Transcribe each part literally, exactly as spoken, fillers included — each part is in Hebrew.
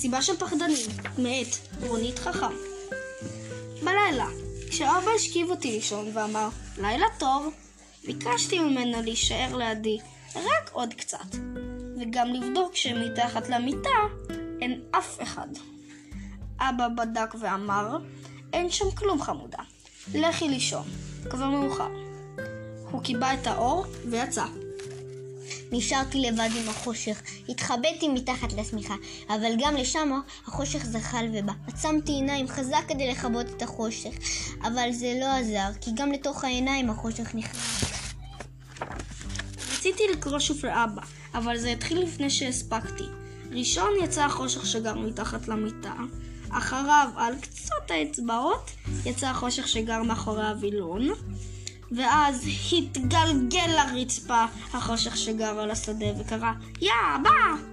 מסיבה של פחדנים, מאת רונית חכם. בלילה, כשאבא השכיב אותי לישון ואמר, לילה טוב, ביקשתי ממנה להישאר לידי רק עוד קצת, וגם לבדוק שמתחת למיטה אין אף אחד. אבא בדק ואמר, אין שם כלום חמודה, לכי לישון, כבר מאוחר. הוא קיבע את האור ויצא. נשארתי לבד עם החושך, התחבאתי מתחת לשמיכה, אבל גם לשם החושך זחל ובא. עצמתי עיניים חזק כדי לכבות את החושך, אבל זה לא עזר, כי גם לתוך העיניים החושך נכנס. רציתי לקרוא שוב לאבא, אבל זה התחיל לפני שהספקתי. ראשון יצא החושך שגר מתחת למיטה, אחריו על קצות האצבעות יצא החושך שגר מאחורי הווילון, ואז התגלגל לרצפה החושך שגר על השדה וקרא, יא אבא!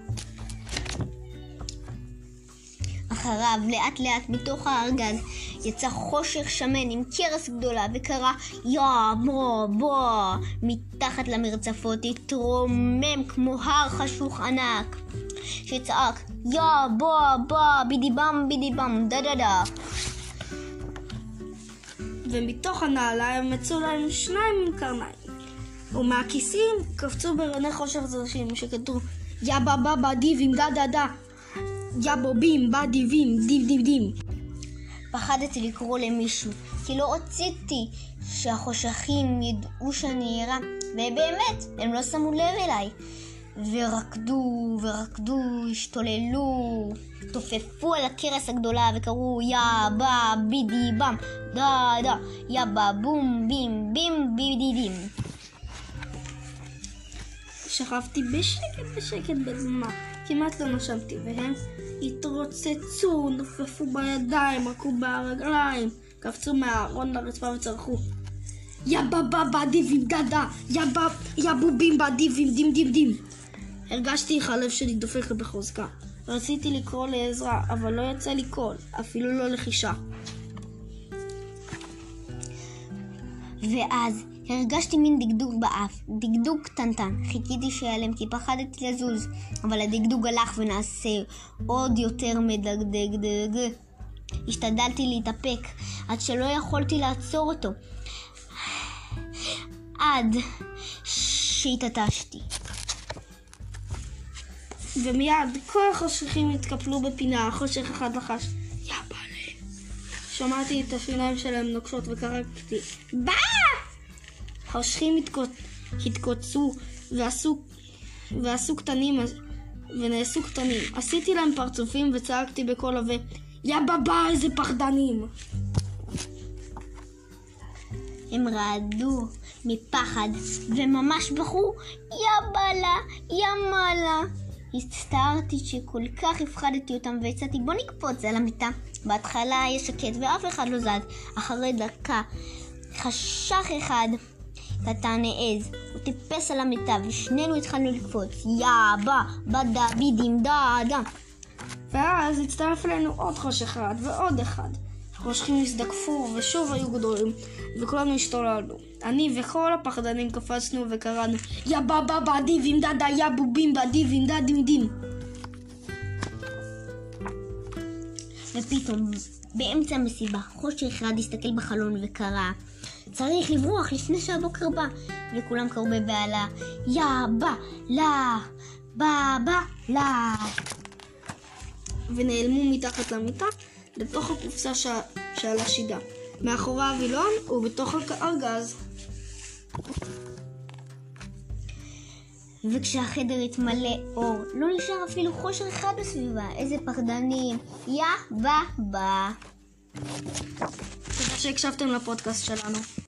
אחריו לאט לאט מתוך הארגז יצא חושך שמן עם קרס גדולה וקרא, יא בוא בוא! מתחת למרצפות התרומם כמו הר חשוך ענק שצעק, יא בוא בוא! בידי בם בידי בם דה דה דה. ומתוך הנעליים מצאו להם שניים עם קרניים, ומהכיסים קפצו ברני חושך זרשים שכתבו, יא בבא בדיבים דה דה דה, יא בובים בדיבים דיב דיב דים. פחדתי לקרוא למישהו, כי לא רציתי שהחושכים ידעו שאני ערה, ובאמת הם לא שמו לב אליי. ורקדו ורקדו, השתוללו, תופפו על הקרס הגדולה וקראו יא בא בידי בם דה דה, יא בא בום בים בים בידי דים. שכבתי בשקט בשקט בדממה, כמעט לא נשמתי, והם התרוצצו, נופפו בידיים, רקו ברגליים, קפצו מהארון לרצפה וצרחו, יא בבא בדיבים דה דה, יא בובים בדיבים דים דים דים. הרגשתי איך הלב שלי דופק בחוזקה. רציתי לקרוא לעזרה, אבל לא יצא לי קול, אפילו לא לחישה. ואז הרגשתי מין דגדוג באף, דגדוג קטנטן. חיכיתי שיעלם כי פחדתי לזוז, אבל הדגדוג הלך ונעשה עוד יותר מדגדג. השתדלתי להתאפק עד שלא יכולתי לעצור אותו, עד שהתעטשתי. ומיד כל החושכים התקפלו בפינה, החושך אחד לחש, יא בעלה. שמעתי את השיניים שלהם נוקשות וקרקתי, בא! החושכים התקוצו ועשו, ועשו קטנים ונעשו קטנים. עשיתי להם פרצופים וצעקתי בקול עבה, יא בבא איזה פחדנים. הם רעדו מפחד וממש בחרו, יא בלה, יא מלה. הסתרתי שכל כך הפחדתי אותם והצעתי, בוא נקפוץ על המיטה. בהתחלה היה שקט ואף אחד לא זז. אחרי דקה חשך אחד קטן העז, הוא טיפס על המיטה ושנינו התחלנו לקפוץ, יא בא בדה בידים דה דה. ואז הצטרף אלינו עוד חושך אחד ועוד אחד. החושכים הזדקפו ושוב היו גדולים וכולנו השתוללנו. אני וכל הפחדנים קפצנו וקראנו, יא בבא בדיבים דה דה, יא בובים בדיבים דה דים דים. ופתאום באמצע המסיבה חושך אחד הסתכל בחלון וקרא, צריך לברוח לפני שהבוקר בא. וכולם קראו בבהלה, יא בא לה בא בא לה, ונעלמו מתחת למיטה לתוך הקופסה ש... שעל השידה, מאחורי הווילון ובתוך הארגז. וכשהחדר התמלא אור, לא נשאר אפילו חושך אחד בסביבה. איזה פחדנים, יא בא בא. תודה שהקשבתם לפודקאסט שלנו.